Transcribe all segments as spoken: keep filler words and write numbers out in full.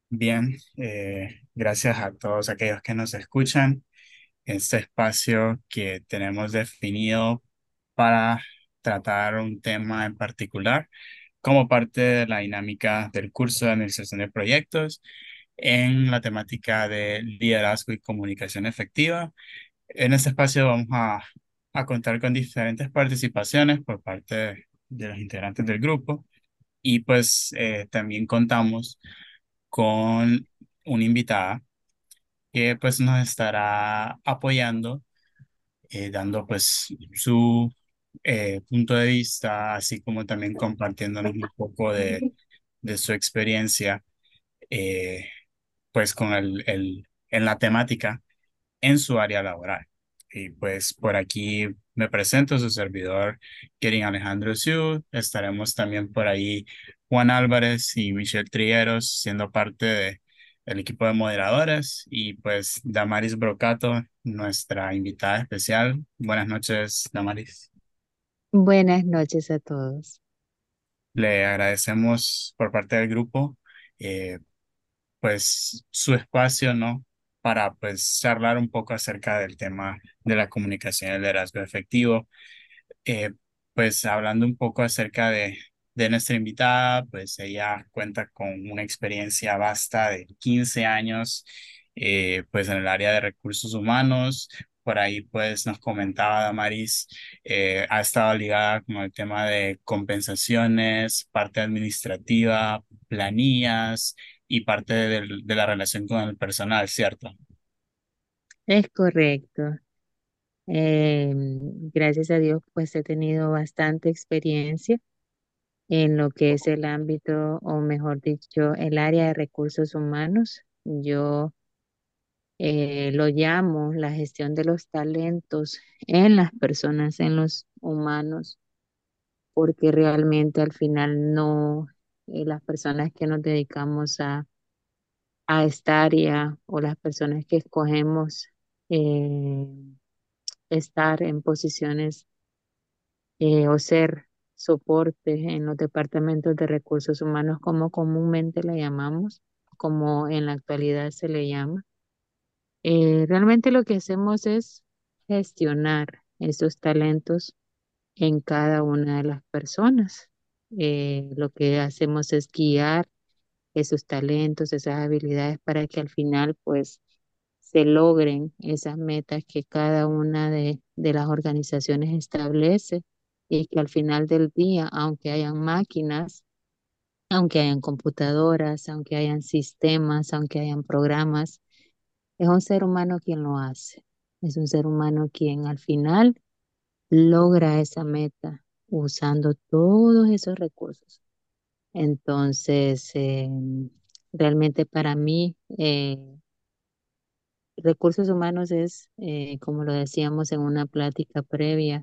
Bien, eh, gracias a todos aquellos que nos escuchan. Este espacio que tenemos definido para tratar un tema en particular como parte de la dinámica del curso de Administración de Proyectos en la temática de liderazgo y comunicación efectiva. En este espacio vamos a, a contar con diferentes participaciones por parte de, de los integrantes del grupo y pues eh, también contamos con una invitada que pues nos estará apoyando, eh, dando pues su eh, punto de vista, así como también compartiéndonos un poco de, de su experiencia eh, pues con el, el, en la temática en su área laboral. Y pues por aquí me presento, su servidor, Kevin Alejandro Siu. Estaremos también por ahí Juan Álvarez y Michelle Trigueros siendo parte de, del equipo de moderadores. Y pues Damaris Brocato, nuestra invitada especial. Buenas noches, Damaris. Buenas noches a todos. Le agradecemos por parte del grupo. eh, pues su espacio, ¿no? Para pues charlar un poco acerca del tema de la comunicación y el liderazgo efectivo. Eh, pues hablando un poco acerca de, de nuestra invitada, pues ella cuenta con una experiencia vasta de quince años, eh, pues en el área de recursos humanos. Por ahí pues nos comentaba Damaris, eh, ha estado ligada con el tema de compensaciones, parte administrativa, planillas y parte del- de la relación con el personal, ¿cierto? Es correcto. Eh, Gracias a Dios, pues he tenido bastante experiencia en lo que es el ámbito, o mejor dicho, el área de recursos humanos. Yo eh, lo llamo la gestión de los talentos en las personas, en los humanos, porque realmente al final no, eh, las personas que nos dedicamos a a esta área o las personas que escogemos eh, estar en posiciones eh, o ser soporte en los departamentos de recursos humanos, como comúnmente le llamamos, como en la actualidad se le llama. Eh, realmente lo que hacemos es gestionar esos talentos en cada una de las personas. Eh, lo que hacemos es guiar esos talentos, esas habilidades para que al final pues se logren esas metas que cada una de, de las organizaciones establece y que al final del día, aunque hayan máquinas, aunque hayan computadoras, aunque hayan sistemas, aunque hayan programas, es un ser humano quien lo hace. Es un ser humano quien al final logra esa meta usando todos esos recursos. Entonces, eh, realmente para mí, eh, recursos humanos es, eh, como lo decíamos en una plática previa,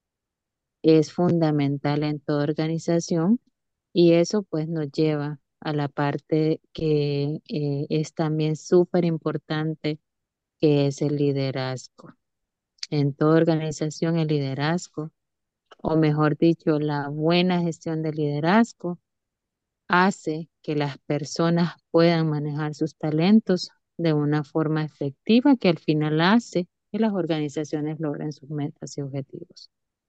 es fundamental en toda organización y eso pues nos lleva a la parte que eh, es también súper importante, que es el liderazgo. En toda organización el liderazgo, o mejor dicho, la buena gestión del liderazgo hace que las personas puedan manejar sus talentos de una forma efectiva que al final hace que las organizaciones logren sus metas y objetivos.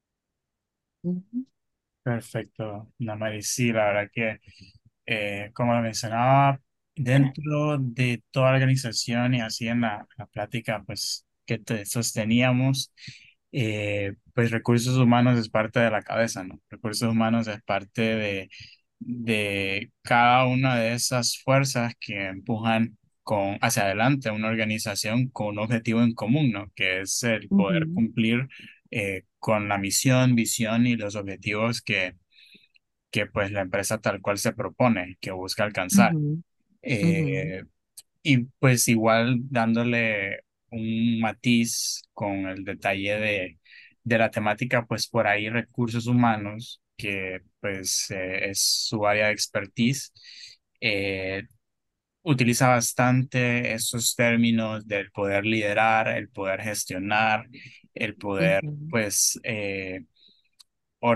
Ujú, Perfecto, Damaris. Sí, la verdad que eh, como lo mencionaba, dentro de toda la organización y así en la, la plática pues, que te sosteníamos, eh, pues recursos humanos es parte de la cabeza, ¿no? Recursos humanos es parte de, de cada una de esas fuerzas que empujan con, hacia adelante una organización con un objetivo en común, ¿no? Que es el poder ujú, cumplir eh, con la misión, visión y los objetivos que que pues la empresa tal cual se propone, que busca alcanzar. ujú, ujú, Eh, y pues igual dándole un matiz con el detalle de, de la temática, pues por ahí recursos humanos, que pues eh, es su área de expertise, eh, utiliza bastante esos términos del poder liderar, el poder gestionar, el poder ujú, pues eh,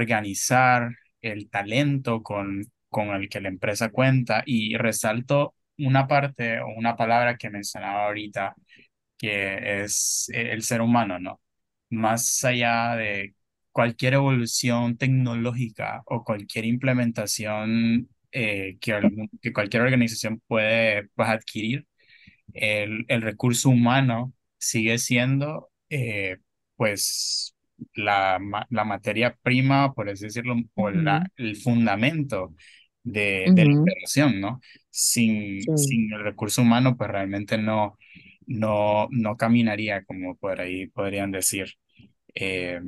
organizar el talento con, con el que la empresa cuenta y resalto una parte o una palabra que mencionaba ahorita, que es eh, el ser humano, ¿no? Más allá de cualquier evolución tecnológica o cualquier implementación eh, que, algún- que cualquier organización puede pues, adquirir, el, el recurso humano sigue siendo eh, pues la, ma- la materia prima, por así decirlo, o la, Ujú, el fundamento de, de la ujú, operación, ¿no? Sin, sí, sin el recurso humano, pues realmente no, no, no caminaría, como por ahí podrían decir. Eh,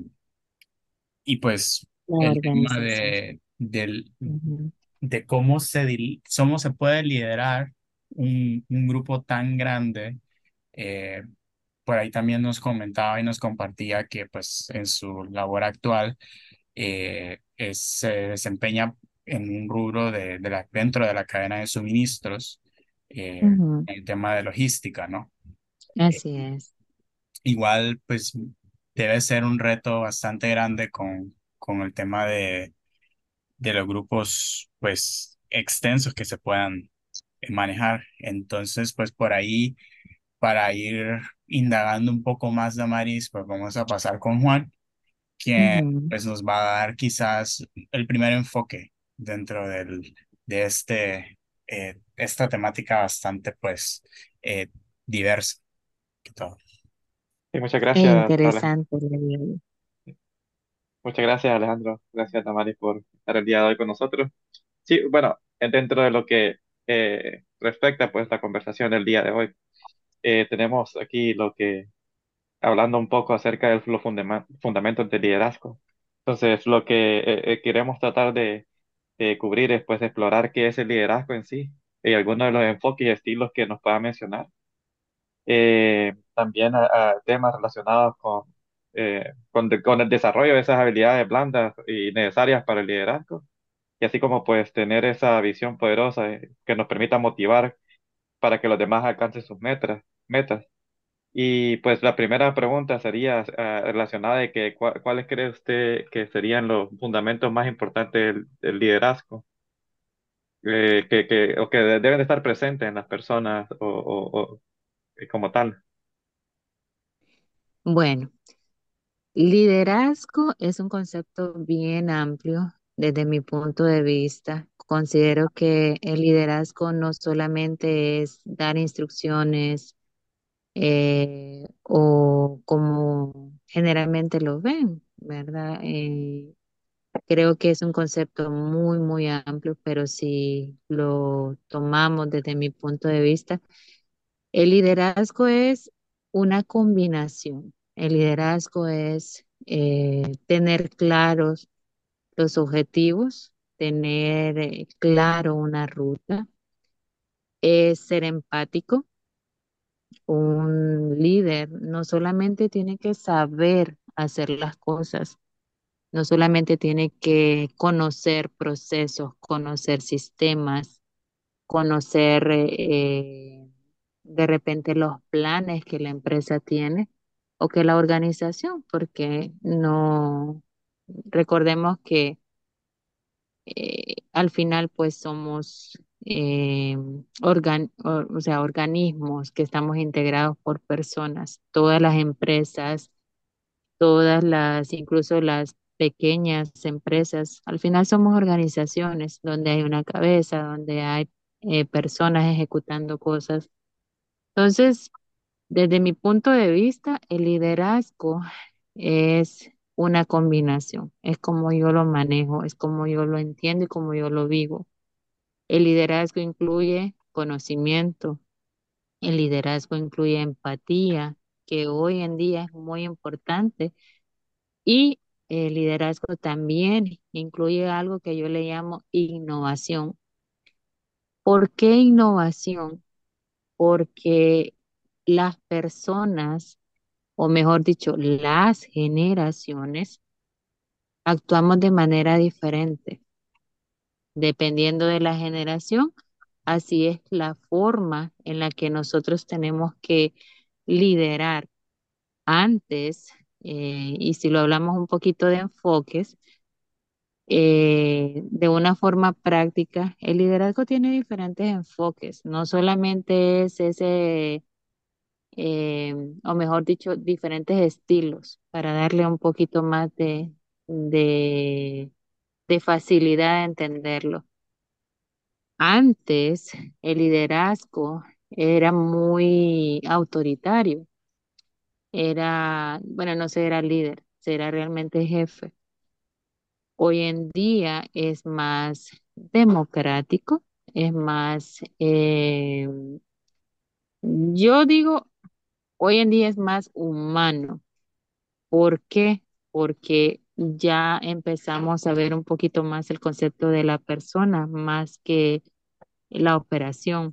y pues la el tema organización. de, del, Ujú, de cómo se, dil- cómo se puede liderar un, un grupo tan grande. eh, por ahí también nos comentaba y nos compartía que pues en su labor actual eh, es- se desempeña en un rubro de, de la, dentro de la cadena de suministros, eh, ujú, en el tema de logística, ¿no? Eh, así es. igual pues debe ser un reto bastante grande con, con el tema de, de los grupos pues extensos que se puedan eh, manejar. Entonces pues por ahí para ir indagando un poco más, Damaris, pues vamos a pasar con Juan, quien Ujú. pues nos va a dar quizás el primer enfoque dentro del, de este, eh, esta temática bastante pues eh, diversa que todo. Sí, muchas Es gracias, Ale. interesante leerlo. Muchas gracias, Alejandro. Gracias, Tamari, por estar el día de hoy con nosotros. Sí, bueno, eh, dentro de lo que eh, respecta pues la conversación del día de hoy, eh, tenemos aquí lo que, hablando un poco acerca de los fundema- fundamentos del liderazgo. Entonces, lo que eh, eh, queremos tratar de, de cubrir es pues explorar qué es el liderazgo en sí y algunos de los enfoques y estilos que nos pueda mencionar. Eh, también a, a temas relacionados con, eh, con, de- con el desarrollo de esas habilidades blandas y necesarias para el liderazgo, y así como pues tener esa visión poderosa eh, que nos permita motivar para que los demás alcancen sus metas, metas. Y pues la primera pregunta sería eh, relacionada de que cua- cuáles cree usted que serían los fundamentos más importantes del, del liderazgo, eh, que, que, o que deben de estar presentes en las personas o, o, o eh, como tal. Bueno, liderazgo es un concepto bien amplio desde mi punto de vista. Considero que el liderazgo no solamente es dar instrucciones eh, o como generalmente lo ven, ¿verdad? Eh, creo que es un concepto muy, muy amplio, pero si lo tomamos desde mi punto de vista, el liderazgo es una combinación. El liderazgo es eh, tener claros los objetivos, tener eh, claro una ruta, es ser empático. Un líder no solamente tiene que saber hacer las cosas, no solamente tiene que conocer procesos, conocer sistemas, conocer eh, de repente los planes que la empresa tiene o que la organización, porque no recordemos que eh, al final pues somos eh, organ- o, o sea, organismos que estamos integrados por personas, todas las empresas, todas las, incluso las pequeñas empresas, al final somos organizaciones donde hay una cabeza, donde hay eh, personas ejecutando cosas. Entonces, desde mi punto de vista, el liderazgo es una combinación, es como yo lo manejo, es como yo lo entiendo y como yo lo vivo. El liderazgo incluye conocimiento, el liderazgo incluye empatía, que hoy en día es muy importante, y el liderazgo también incluye algo que yo le llamo innovación. ¿Por qué innovación? Porque las personas, o mejor dicho, las generaciones, actuamos de manera diferente. Dependiendo de la generación, así es la forma en la que nosotros tenemos que liderar antes, eh, y si lo hablamos un poquito de enfoques, eh, de una forma práctica. El liderazgo tiene diferentes enfoques, no solamente es ese, eh, o mejor dicho, diferentes estilos para darle un poquito más de, de, de facilidad a entenderlo. Antes, el liderazgo era muy autoritario, era, bueno, no se era líder, se era realmente jefe. Hoy en día es más democrático, es más, eh, yo digo, hoy en día es más humano. ¿Por qué? Porque ya empezamos a ver un poquito más el concepto de la persona, más que la operación.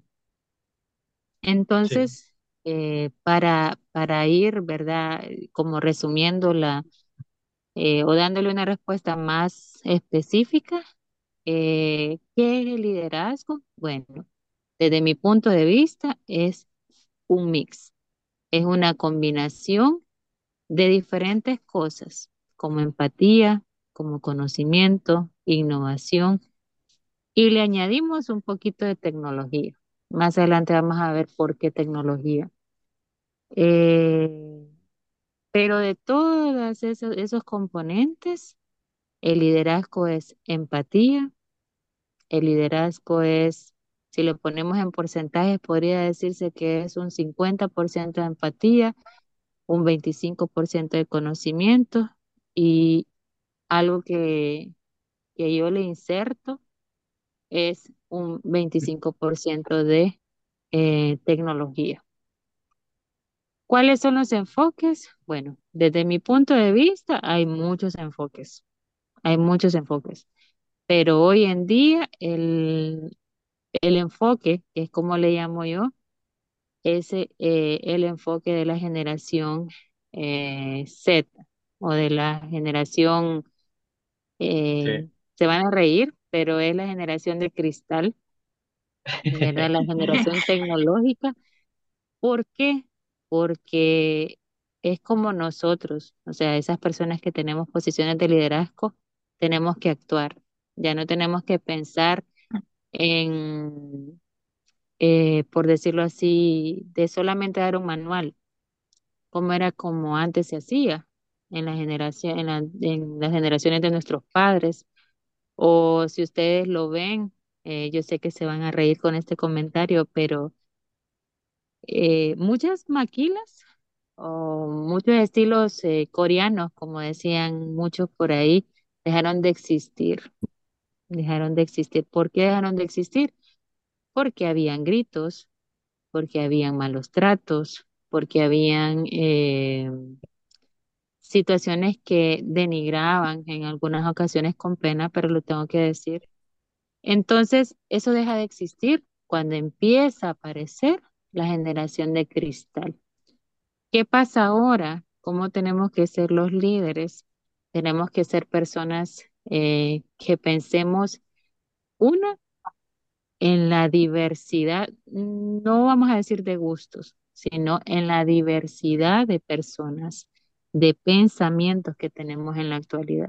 Sí, Entonces, eh, para, para ir, ¿verdad? Como resumiéndola eh, o dándole una respuesta más específica, eh, ¿qué es el liderazgo? Bueno, desde mi punto de vista es un mix, es una combinación de diferentes cosas, como empatía, como conocimiento, innovación, y le añadimos un poquito de tecnología. Más adelante vamos a ver por qué tecnología. Eh, pero de todos esos, esos componentes, el liderazgo es empatía, el liderazgo es, si lo ponemos en porcentajes, podría decirse que es un cincuenta por ciento de empatía, un veinticinco por ciento de conocimiento y algo que, que yo le inserto es un veinticinco por ciento de eh, tecnología. ¿Cuáles son los enfoques? Bueno, desde mi punto de vista hay muchos enfoques, hay muchos enfoques, pero hoy en día el, el enfoque, que es como le llamo yo, es eh, el enfoque de la generación eh, Z o de la generación, sí. eh, se van a reír, pero es la generación de cristal, ¿verdad? La generación tecnológica. ¿Por qué? Porque es como nosotros, o sea, esas personas que tenemos posiciones de liderazgo, tenemos que actuar. Ya no tenemos que pensar en, eh, por decirlo así, de solamente dar un manual, como era como antes se hacía en la generación, en la- en las generaciones de nuestros padres. O si ustedes lo ven, eh, yo sé que se van a reír con este comentario, pero eh, muchas maquilas o muchos estilos eh, coreanos, como decían muchos por ahí, dejaron de existir. Dejaron de existir. ¿Por qué dejaron de existir? Porque habían gritos, porque habían malos tratos, porque habían eh, situaciones que denigraban en algunas ocasiones con pena, pero lo tengo que decir. Entonces, eso deja de existir cuando empieza a aparecer la generación de cristal. ¿Qué pasa ahora? ¿Cómo tenemos que ser los líderes? Tenemos que ser personas eh, que pensemos, una, en la diversidad, no vamos a decir de gustos, sino en la diversidad de personas, de pensamientos que tenemos en la actualidad.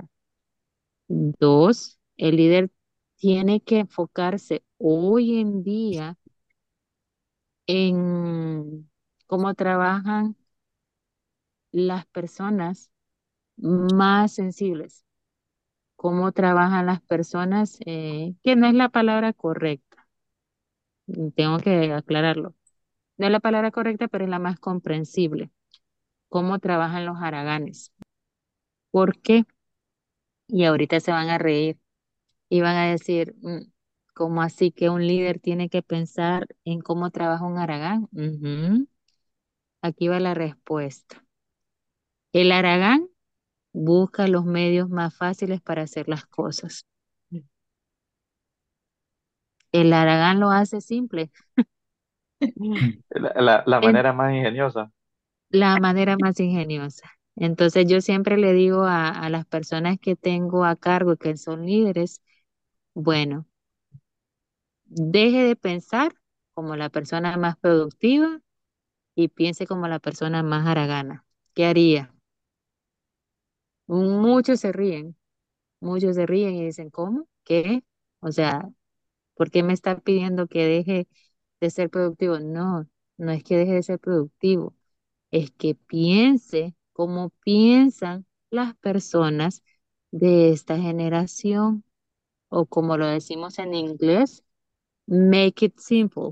Dos, el líder tiene que enfocarse hoy en día en cómo trabajan las personas más sensibles, cómo trabajan las personas, eh, que no es la palabra correcta, tengo que aclararlo. No es la palabra correcta, pero es la más comprensible. Cómo trabajan los haraganes. ¿Por qué? Y ahorita se van a reír y van a decir, "Mm, ¿cómo así que un líder tiene que pensar en cómo trabaja un haragán?" Ujú. Aquí va la respuesta. El haragán busca los medios más fáciles para hacer las cosas. El haragán lo hace simple. La, la, la En manera más ingeniosa. la manera más ingeniosa. Entonces yo siempre le digo a, a las personas que tengo a cargo y que son líderes, bueno, deje de pensar como la persona más productiva y piense como la persona más haragana. ¿Qué haría? Muchos se ríen, Muchos se ríen y dicen, ¿cómo? ¿Qué? O sea, ¿por qué me está pidiendo que deje de ser productivo? No, no es que deje de ser productivo, es que piense como piensan las personas de esta generación, o como lo decimos en inglés, make it simple.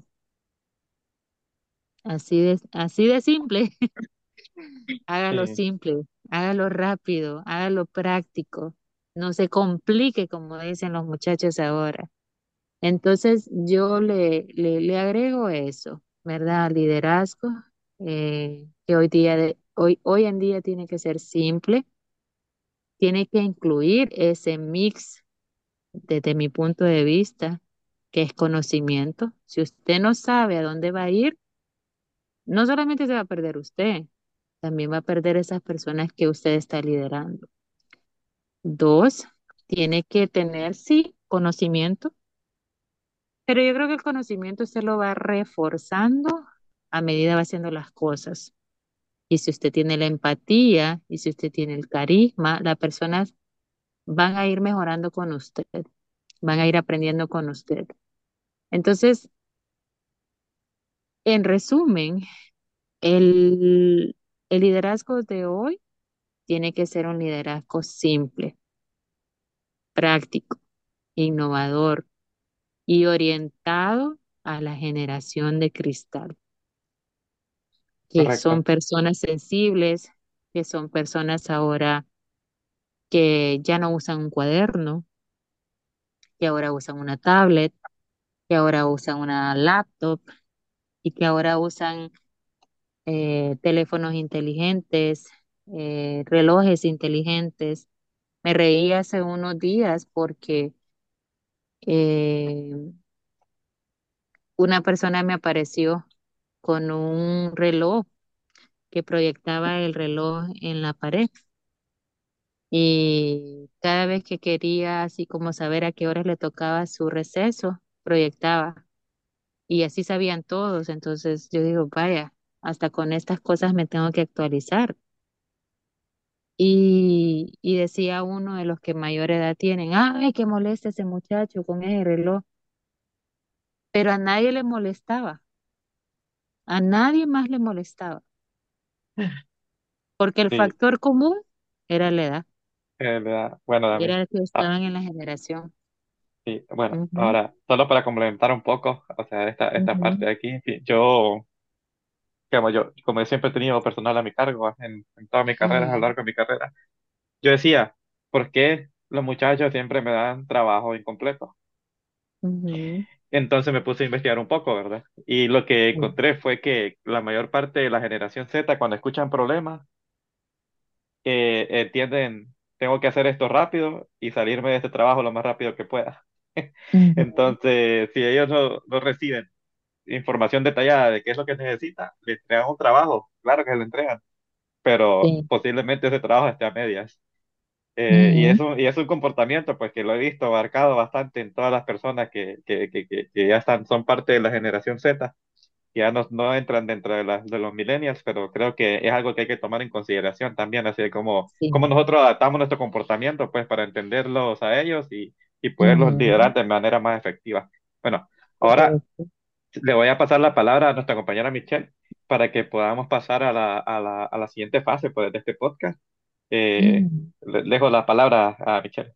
Así de, así de simple. Hágalo Sí, simple, hágalo rápido, hágalo práctico. No se complique, como dicen los muchachos ahora. Entonces, yo le, le, le agrego eso, ¿verdad? Liderazgo, eh, que hoy día de, hoy, hoy en día tiene que ser simple, tiene que incluir ese mix desde mi punto de vista, que es conocimiento. Si usted no sabe a dónde va a ir, no solamente se va a perder usted, también va a perder esas personas que usted está liderando. Dos, tiene que tener, sí, conocimiento, pero yo creo que el conocimiento usted lo va reforzando a medida va haciendo las cosas. Y si usted tiene la empatía y si usted tiene el carisma, las personas van a ir mejorando con usted, van a ir aprendiendo con usted. Entonces, en resumen, el, el liderazgo de hoy tiene que ser un liderazgo simple, práctico, innovador y orientado a la generación de cristal, que son correcto. personas sensibles, que son personas ahora que ya no usan un cuaderno, que ahora usan una tablet, que ahora usan una laptop y que ahora usan eh, teléfonos inteligentes, eh, relojes inteligentes. Me reí hace unos días porque eh, una persona me apareció con un reloj que proyectaba el reloj en la pared y cada vez que quería así como saber a qué horas le tocaba su receso, proyectaba y así sabían todos. Entonces yo digo, vaya, hasta con estas cosas me tengo que actualizar. Y, y decía uno de los que mayor edad tienen, ay, qué molesta ese muchacho con ese reloj, pero a nadie le molestaba, a nadie más le molestaba, porque el Sí, factor común era la edad, eh, la- bueno, Dami. era el que Ah, estaban en la generación. sí, bueno, Ujú, ahora, solo para complementar un poco, o sea, esta, esta parte ujú, de aquí, sí, yo, como yo, como yo siempre he tenido personal a mi cargo en, en todas mis carreras, a lo ujú, largo de mi carrera, yo decía, ¿por qué los muchachos siempre me dan trabajo incompleto? ujú, Entonces me puse a investigar un poco, ¿verdad? Y lo que ujú, encontré fue que la mayor parte de la generación Z, cuando escuchan problemas, eh, entienden, tengo que hacer esto rápido y salirme de este trabajo lo más rápido que pueda. ujú, Entonces, si ellos no, no reciben información detallada de qué es lo que necesitan, le entregan un trabajo, claro que se lo entregan, pero sí, posiblemente ese trabajo esté a medias. Eh, y ujú, eso, y es un comportamiento pues que lo he visto abarcado bastante en todas las personas que, que, que, que, que ya están, son parte de la generación Z, que ya no, no entran dentro de, las de los millennials, pero creo que es algo que hay que tomar en consideración también, así de como, sí, como nosotros adaptamos nuestro comportamiento pues para entenderlos a ellos y, y poderlos ujú, liderar de manera más efectiva. Bueno, ahora correcto. le voy a pasar la palabra a nuestra compañera Michelle para que podamos pasar a la, a la, a la siguiente fase pues, de este podcast. Eh, Ujú, le le dejo la palabra a Michelle.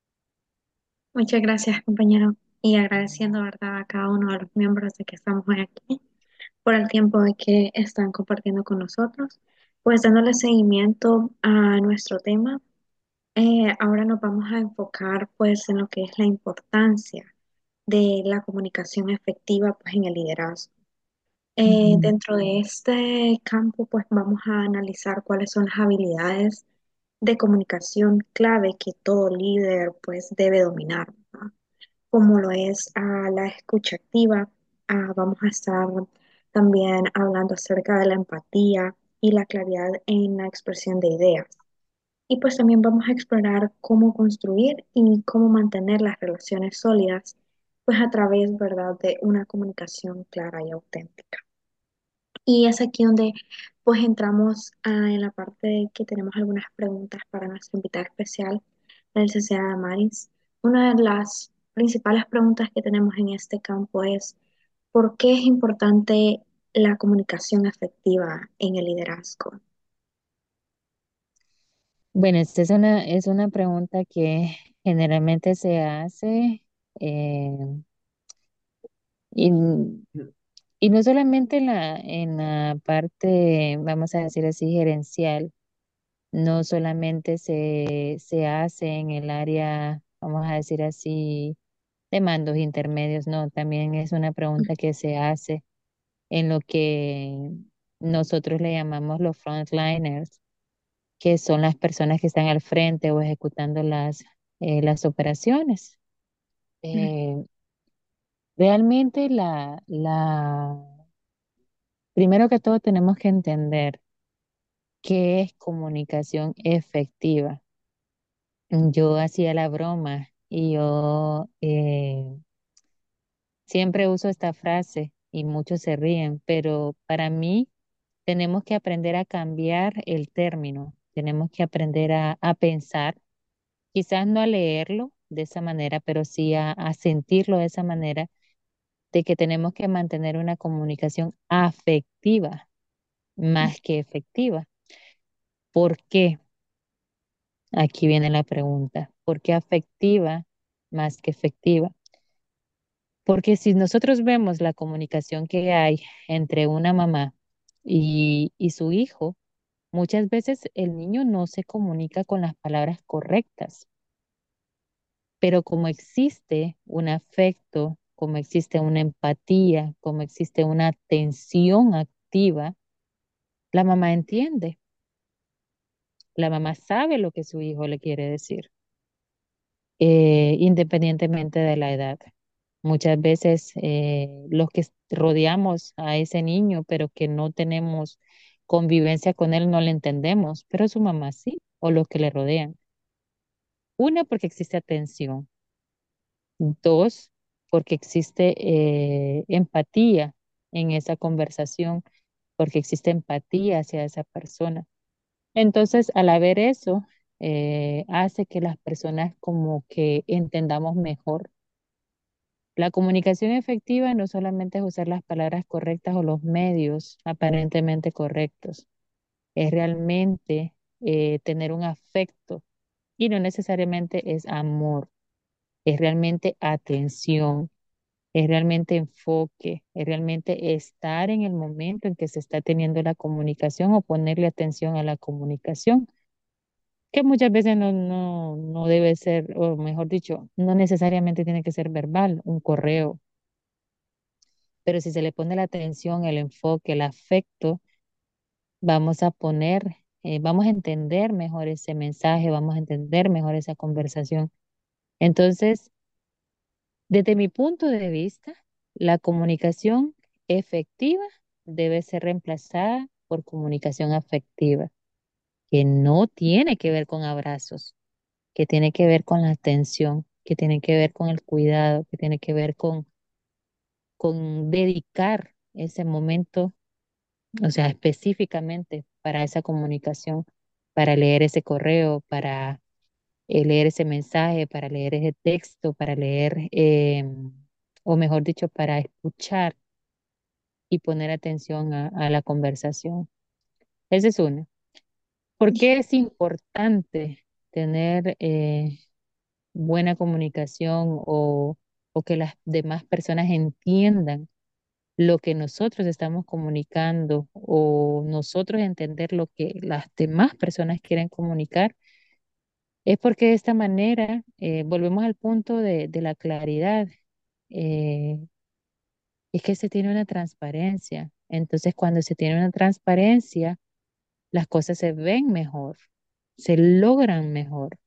Muchas gracias, compañero, y agradeciendo, ¿verdad?, a cada uno de los miembros de que estamos hoy aquí por el tiempo de que están compartiendo con nosotros. Pues dándole seguimiento a nuestro tema, eh, ahora nos vamos a enfocar pues en lo que es la importancia de la comunicación efectiva pues en el liderazgo. Eh, ujú, dentro de este campo pues vamos a analizar cuáles son las habilidades de comunicación clave que todo líder pues debe dominar, ¿no? Como lo es a la escucha activa. Ah, vamos a estar también hablando acerca de la empatía y la claridad en la expresión de ideas. Y pues también vamos a explorar cómo construir y cómo mantener las relaciones sólidas, pues a través, ¿verdad?, de una comunicación clara y auténtica. Y es aquí donde pues entramos ah, en la parte de que tenemos algunas preguntas para nuestra invitada especial la licenciada Maris. Una de las principales preguntas que tenemos en este campo es, ¿por qué es importante la comunicación efectiva en el liderazgo? Bueno, esta es una, es una pregunta que generalmente se hace eh, y, y no solamente en la, en la parte, vamos a decir así, gerencial, no solamente se, se hace en el área, vamos a decir así, de mandos intermedios, no, también es una pregunta que se hace en lo que nosotros le llamamos los frontliners, que son las personas que están al frente o ejecutando las, eh, las operaciones. Eh, realmente la, la, primero que todo tenemos que entender qué es comunicación efectiva. Yo hacía la broma y yo eh, siempre uso esta frase y muchos se ríen, pero para mí tenemos que aprender a cambiar el término, tenemos que aprender a, a pensar, quizás no a leerlo de esa manera, pero sí a, a sentirlo de esa manera, de que tenemos que mantener una comunicación afectiva más que efectiva. ¿Por qué? Aquí viene la pregunta. ¿Por qué afectiva más que efectiva? Porque si nosotros vemos la comunicación que hay entre una mamá y, y su hijo, muchas veces el niño no se comunica con las palabras correctas, pero como existe un afecto, como existe una empatía, como existe una atención activa, la mamá entiende, la mamá sabe lo que su hijo le quiere decir, eh, independientemente de la edad. Muchas veces eh, los que rodeamos a ese niño, pero que no tenemos convivencia con él, no le entendemos, pero su mamá sí, o los que le rodean. Una, porque existe atención. Dos, porque existe eh, empatía en esa conversación, porque existe empatía hacia esa persona. Entonces, al haber eso, eh, hace que las personas como que entendamos mejor. La comunicación efectiva no solamente es usar las palabras correctas o los medios aparentemente correctos, es realmente eh, tener un afecto y no necesariamente es amor, es realmente atención, es realmente enfoque, es realmente estar en el momento en que se está teniendo la comunicación o ponerle atención a la comunicación, que muchas veces no, no, no debe ser, o mejor dicho, no necesariamente tiene que ser verbal, un correo, pero si se le pone la atención, el enfoque, el afecto, vamos a poner, eh, vamos a entender mejor ese mensaje, vamos a entender mejor esa conversación. Entonces, desde mi punto de vista, la comunicación efectiva debe ser reemplazada por comunicación afectiva, que no tiene que ver con abrazos, que tiene que ver con la atención, que tiene que ver con el cuidado, que tiene que ver con, con dedicar ese momento, o sea, específicamente para esa comunicación, para leer ese correo, para eh, leer ese mensaje, para leer ese texto, para leer, eh, o mejor dicho, para escuchar y poner atención a, a la conversación. Esa es una. ¿Por qué es importante tener eh, buena comunicación o, o que las demás personas entiendan lo que nosotros estamos comunicando o nosotros entender lo que las demás personas quieren comunicar? Es porque de esta manera eh, volvemos al punto de, de la claridad. eh, es que se tiene una transparencia. Entonces, cuando se tiene una transparencia, las cosas se ven mejor, se logran mejor.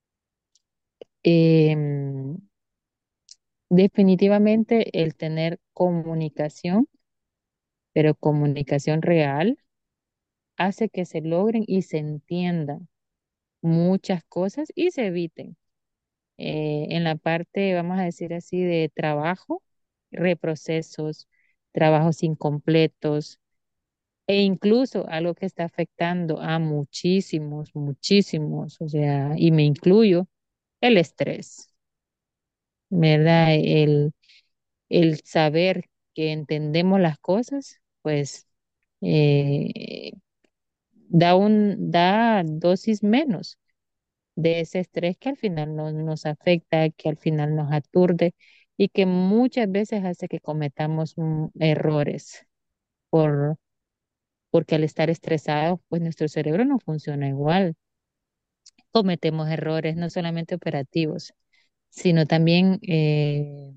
Em, definitivamente el tener comunicación, pero comunicación real, hace que se logren y se entiendan muchas cosas y se eviten. Eh, en la parte, vamos a decir así, de trabajo, reprocesos, trabajos incompletos e incluso algo que está afectando a muchísimos, muchísimos, o sea, y me incluyo, el estrés, ¿verdad? El, el saber que entendemos las cosas, pues eh, da un, da dosis menos de ese estrés que al final nos, nos afecta, que al final nos aturde y que muchas veces hace que cometamos mm, errores por, porque al estar estresados, pues nuestro cerebro no funciona igual. Cometemos errores no solamente operativos, sino también eh,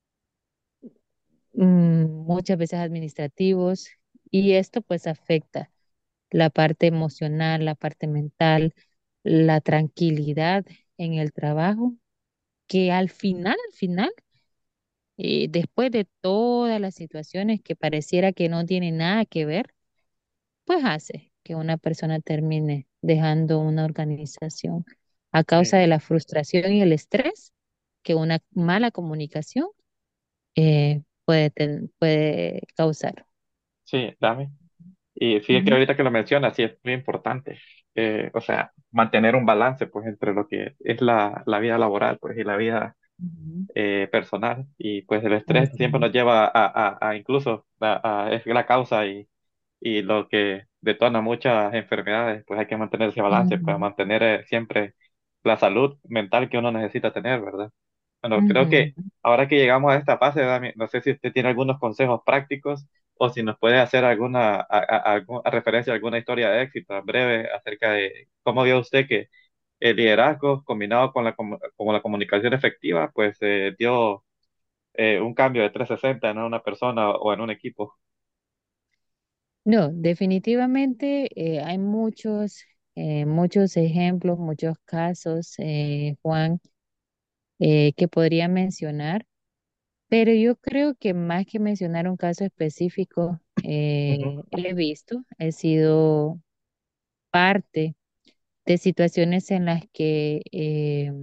mm, muchas veces administrativos, y esto pues afecta la parte emocional, la parte mental, la tranquilidad en el trabajo, que al final, al final, eh, después de todas las situaciones que pareciera que no tienen nada que ver, pues hace que una persona termine dejando una organización a causa Sí, de la frustración y el estrés que una mala comunicación eh, puede, ten- puede causar. sí, dame. Y sí, que Ujú, ahorita que lo mencionas, sí es muy importante. Eh, o sea, mantener un balance, pues, entre lo que es la, la vida laboral, pues, y la vida ujú, eh, personal. Y pues el estrés así siempre es. nos lleva a, a, a incluso, a, a- es la causa y, y lo que detona muchas enfermedades, pues hay que mantener ese balance para Ujú, mantener eh, siempre la salud mental que uno necesita tener, ¿verdad? Bueno, creo que ujú. ahora que llegamos a esta fase, Dami, no sé si usted tiene algunos consejos prácticos o si nos puede hacer alguna a, a- algún- a referencia a alguna historia de éxito en breve acerca de cómo vio usted que el liderazgo combinado con la, comu- con la comunicación efectiva, pues eh, dio eh, un cambio de trescientos sesenta en una persona o en un equipo. No, definitivamente eh, hay muchos, eh, muchos ejemplos, muchos casos, eh, Juan, eh, que podría mencionar, pero yo creo que más que mencionar un caso específico, Ujú, eh, he visto, he sido parte de situaciones en las que eh,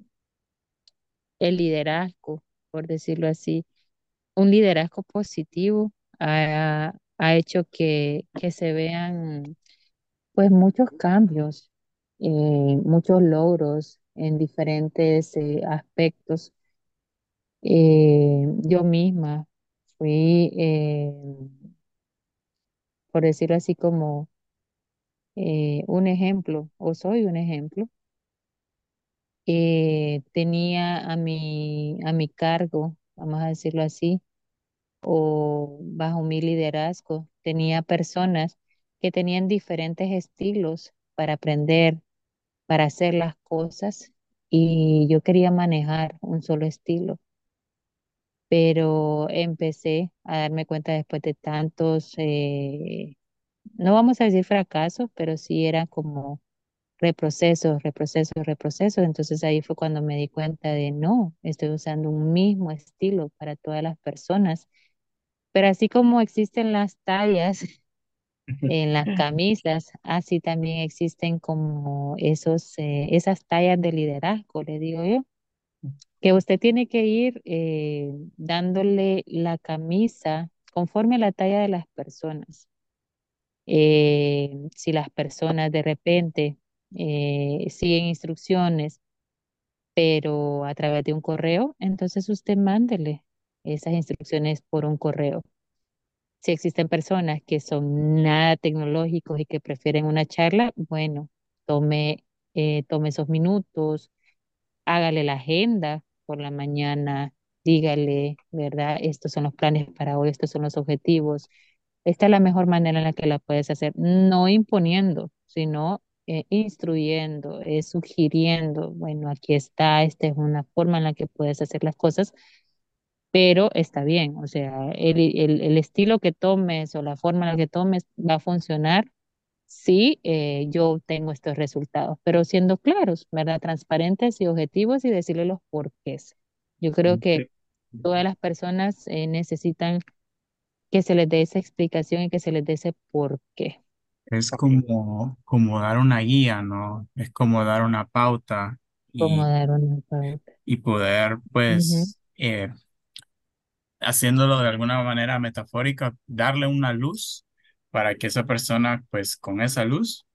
el liderazgo, por decirlo así, un liderazgo positivo ha, ha hecho que, que se vean pues muchos cambios, eh, muchos logros en diferentes eh, aspectos. Eh, yo misma fui, eh, por decirlo así, como eh, un ejemplo, o soy un ejemplo. Eh, tenía a mi, a mi cargo, vamos a decirlo así, o bajo mi liderazgo, tenía personas que tenían diferentes estilos para aprender, para hacer las cosas, y yo quería manejar un solo estilo, pero empecé a darme cuenta después de tantos, eh, no vamos a decir fracasos, pero sí eran como reprocesos, reprocesos, reprocesos. Entonces ahí fue cuando me di cuenta de no, estoy usando un mismo estilo para todas las personas. Pero así como existen las tallas en las camisas, así también existen como esos, eh, esas tallas de liderazgo, le digo yo, que usted tiene que ir eh, dándole la camisa conforme a la talla de las personas. Eh, si las personas de repente eh, siguen instrucciones, pero a través de un correo, entonces usted mándele esas instrucciones por un correo. Si existen personas que son nada tecnológicos y que prefieren una charla, bueno, tome, eh, tome esos minutos, hágale la agenda por la mañana, dígale, ¿verdad? Estos son los planes para hoy, estos son los objetivos. Esta es la mejor manera en la que la puedes hacer, no imponiendo, sino eh, instruyendo, eh, sugiriendo, bueno, aquí está, esta es una forma en la que puedes hacer las cosas, pero está bien, o sea, el, el, el estilo que tomes o la forma en la que tomes va a funcionar si eh, yo tengo estos resultados, pero siendo claros, ¿verdad? Transparentes y objetivos y decirle los porqués. Yo creo que todas las personas eh, necesitan que se les dé esa explicación y que se les dé ese porqué, Es ok. como, como dar una guía, ¿no? Es como dar una pauta como y, dar una pauta. y poder, Ujú, pues, eh, haciéndolo de alguna manera metafórica, darle una luz para que esa persona, pues, con esa luz,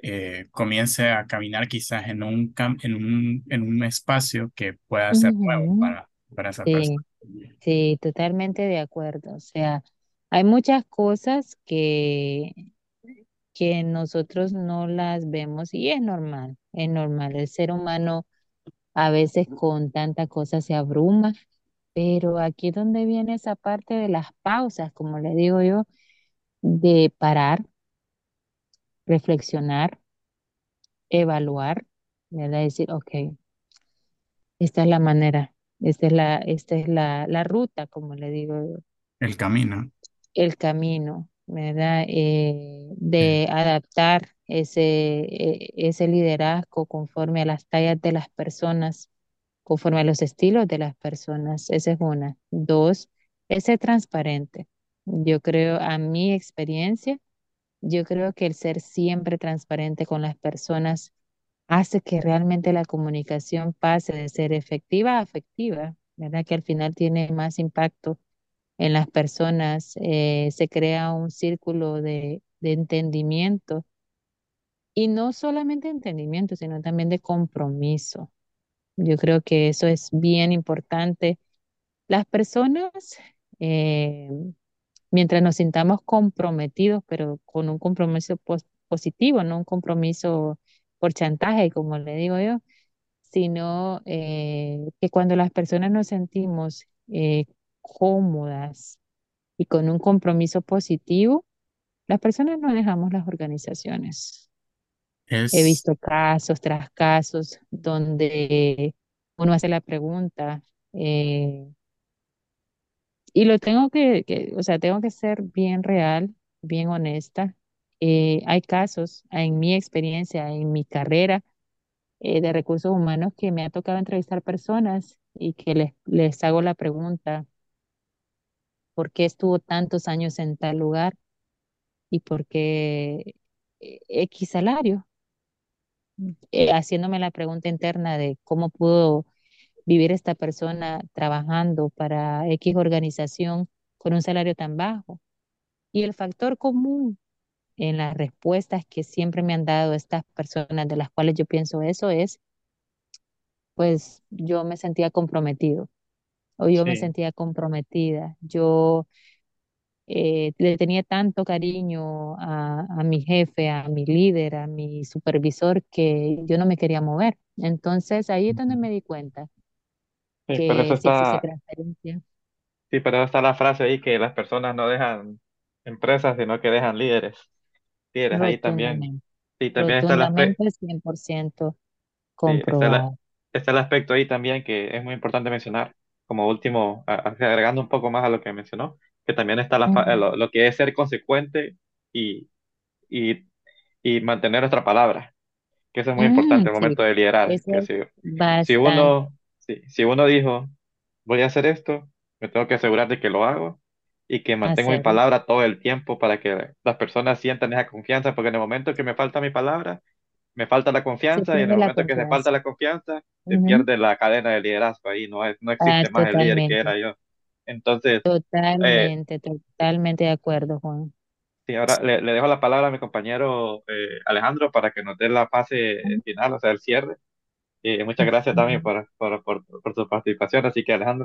eh, comience a caminar quizás en un, cam- en un, en un espacio que pueda ser nuevo Ujú. para, para esa persona. Sí, sí, totalmente de acuerdo. O sea, hay muchas cosas que, que nosotros no las vemos y es normal, es normal. El ser humano a veces con tanta cosa se abruma, pero aquí es donde viene esa parte de las pausas, como le digo yo, de parar, reflexionar, evaluar, ¿verdad? Decir, ok, esta es la manera, esta es la, esta es la, la ruta, como le digo yo, El camino. el camino, ¿verdad? Eh, eh, de adaptar ese, e- ese liderazgo conforme a las tallas de las personas, conforme a los estilos de las personas. Esa es una. Dos, es ser transparente. Yo creo, a mi experiencia, yo creo que el ser siempre transparente con las personas hace que realmente la comunicación pase de ser efectiva a afectiva, ¿verdad? Que al final tiene más impacto en las personas, eh, se crea un círculo de, de entendimiento y no solamente entendimiento, sino también de compromiso. Yo creo que eso es bien importante. Las personas, eh, mientras nos sintamos comprometidos, pero con un compromiso pos- positivo, no un compromiso por chantaje, como le digo yo, sino eh, que cuando las personas nos sentimos eh, cómodas y con un compromiso positivo, las personas no dejamos las organizaciones. He es, visto casos tras casos donde uno hace la pregunta eh, y lo tengo que, que, o sea, tengo que ser bien real, bien honesta. Eh, hay casos, en mi experiencia, en mi carrera eh, de recursos humanos, que me ha tocado entrevistar personas y que les, les hago la pregunta, ¿por qué estuvo tantos años en tal lugar y por qué eh, X salario? Eh, haciéndome la pregunta interna de cómo pudo vivir esta persona trabajando para X organización con un salario tan bajo. Y el factor común en las respuestas que siempre me han dado estas personas de las cuales yo pienso eso es, pues yo me sentía comprometido o yo me Sí, sentía comprometida. Yo eh, le tenía tanto cariño a, a mi jefe, a mi líder, a mi supervisor, que yo no me quería mover. Entonces ahí es donde me di cuenta sí, pero eso que sí existe está, transparencia. sí, pero eso está la frase ahí que las personas no dejan empresas, sino que dejan líderes. Líderes ahí también. Rotundamente, Sí, también está el aspecto, rotundamente cien por ciento sí, está el, comprobado. está el aspecto ahí también que es muy importante mencionar, como último, a- a- agregando un poco más a lo que mencionó, que también está la, fa- Ujú. lo, lo que es ser consecuente y, y, y mantener nuestra palabra, que eso es muy Mm, importante al sí, momento de liderar, eso que es si, si bastante, uno, si, si uno dijo, voy a hacer esto, me tengo que asegurar de que lo hago y que mantengo mi hacerlo. palabra todo el tiempo para que las personas sientan esa confianza, porque en el momento que me falta mi palabra, me falta la Se confianza y en el pierde la momento que se falta confianza. la confianza, se Ujú. pierde la cadena de liderazgo ahí, no, es, no Ah, existe más el líder que totalmente, era yo. Entonces, eh, totalmente, totalmente de acuerdo, Juan. sí, ahora le, le dejo la palabra a mi compañero eh, Alejandro para que nos dé la fase final, o sea, el cierre. Y muchas gracias también Ujú. por, por, por, por su participación, así que Alejandro.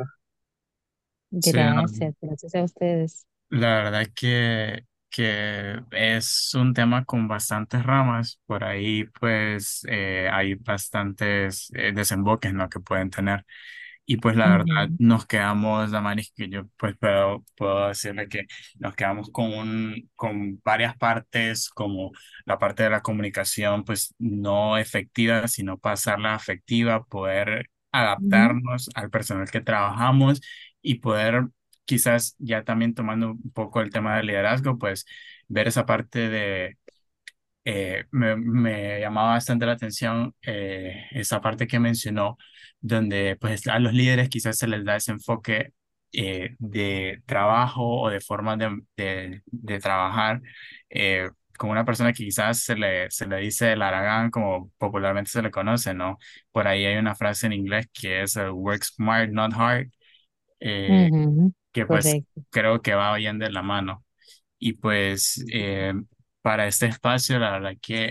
sí, Gracias, gracias a ustedes. la verdad que, que es un tema con bastantes ramas. Por ahí, pues, eh, hay bastantes eh, desemboques, ¿no? Que pueden tener. Y pues la verdad Ujú, nos quedamos, Damaris, que yo pues puedo, puedo decirle que nos quedamos con un, con varias partes, como la parte de la comunicación, pues no efectiva, sino pasarla a afectiva, poder ujú, adaptarnos al personal que trabajamos y poder quizás ya también tomando un poco el tema del liderazgo, pues ver esa parte de eh, me, me llamaba bastante la atención eh, esa parte que mencionó, donde pues a los líderes quizás se les da ese enfoque eh, de trabajo o de forma de, de, de trabajar eh, con una persona que quizás se le, se le dice el haragán, como popularmente se le conoce, ¿no? Por ahí hay una frase en inglés que es eh, work smart, not hard, eh, ujú, que pues correcto. creo que va bien de la mano. Y pues eh, para este espacio, la verdad que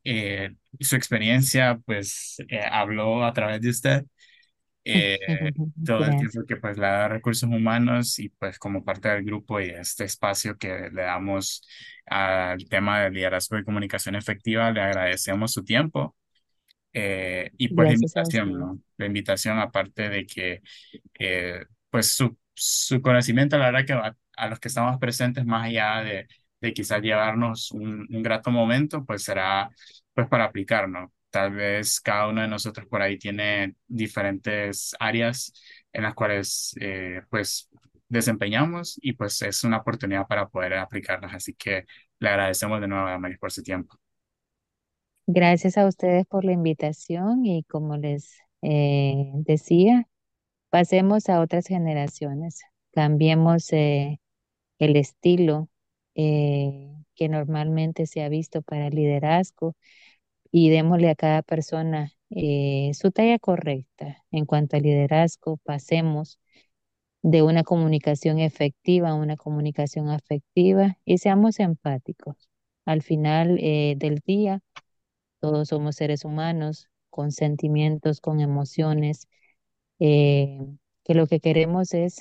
eh, su experiencia, pues eh, habló a través de usted eh, todo el Gracias. tiempo que pues le da recursos humanos y pues como parte del grupo y este espacio que le damos al tema de liderazgo y comunicación efectiva, le agradecemos su tiempo eh, y pues la Gracias a invitación, ustedes. ¿no? La invitación aparte de que eh, pues su, su conocimiento, la verdad que a, a los que estamos presentes, más allá de, de quizás llevarnos un, un grato momento, pues será pues para aplicarnos. Tal vez cada uno de nosotros por ahí tiene diferentes áreas en las cuales eh, pues desempeñamos y pues es una oportunidad para poder aplicarlas. Así que le agradecemos de nuevo a Maris por su tiempo. Gracias a ustedes por la invitación y como les eh, decía, pasemos a otras generaciones, cambiemos eh, el estilo eh, que normalmente se ha visto para el liderazgo y démosle a cada persona eh, su talla correcta en cuanto al liderazgo. Pasemos de una comunicación efectiva a una comunicación afectiva y seamos empáticos. Al final eh, del día, todos somos seres humanos con sentimientos, con emociones, eh, que lo que queremos es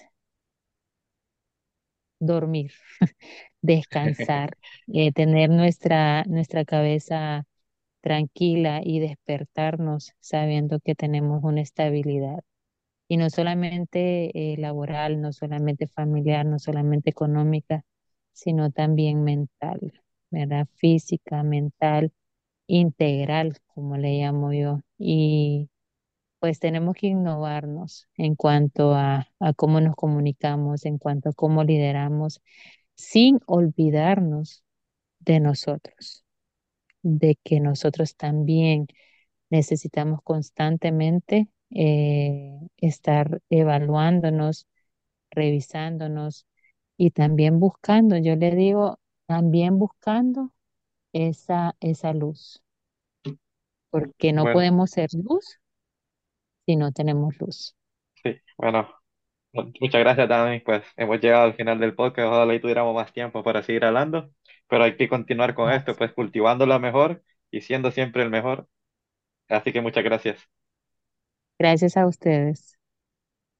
dormir, descansar, eh, tener nuestra, nuestra cabeza tranquila y despertarnos sabiendo que tenemos una estabilidad. Y no solamente eh, laboral, no solamente familiar, no solamente económica, sino también mental, ¿verdad? Física, mental, integral, como le llamo yo. Y pues tenemos que innovarnos en cuanto a, a cómo nos comunicamos, en cuanto a cómo lideramos, sin olvidarnos de nosotros, de que nosotros también necesitamos constantemente eh, estar evaluándonos, revisándonos y también buscando, yo le digo, también buscando esa, esa luz, porque no Bueno, podemos ser luz si no tenemos luz. sí, bueno, mu- muchas gracias, Dani. Pues hemos llegado al final del podcast. Ojalá y tuviéramos más tiempo para seguir hablando, pero hay que continuar con esto, pues cultivándola mejor y siendo siempre el mejor. Así que muchas gracias. Gracias a ustedes.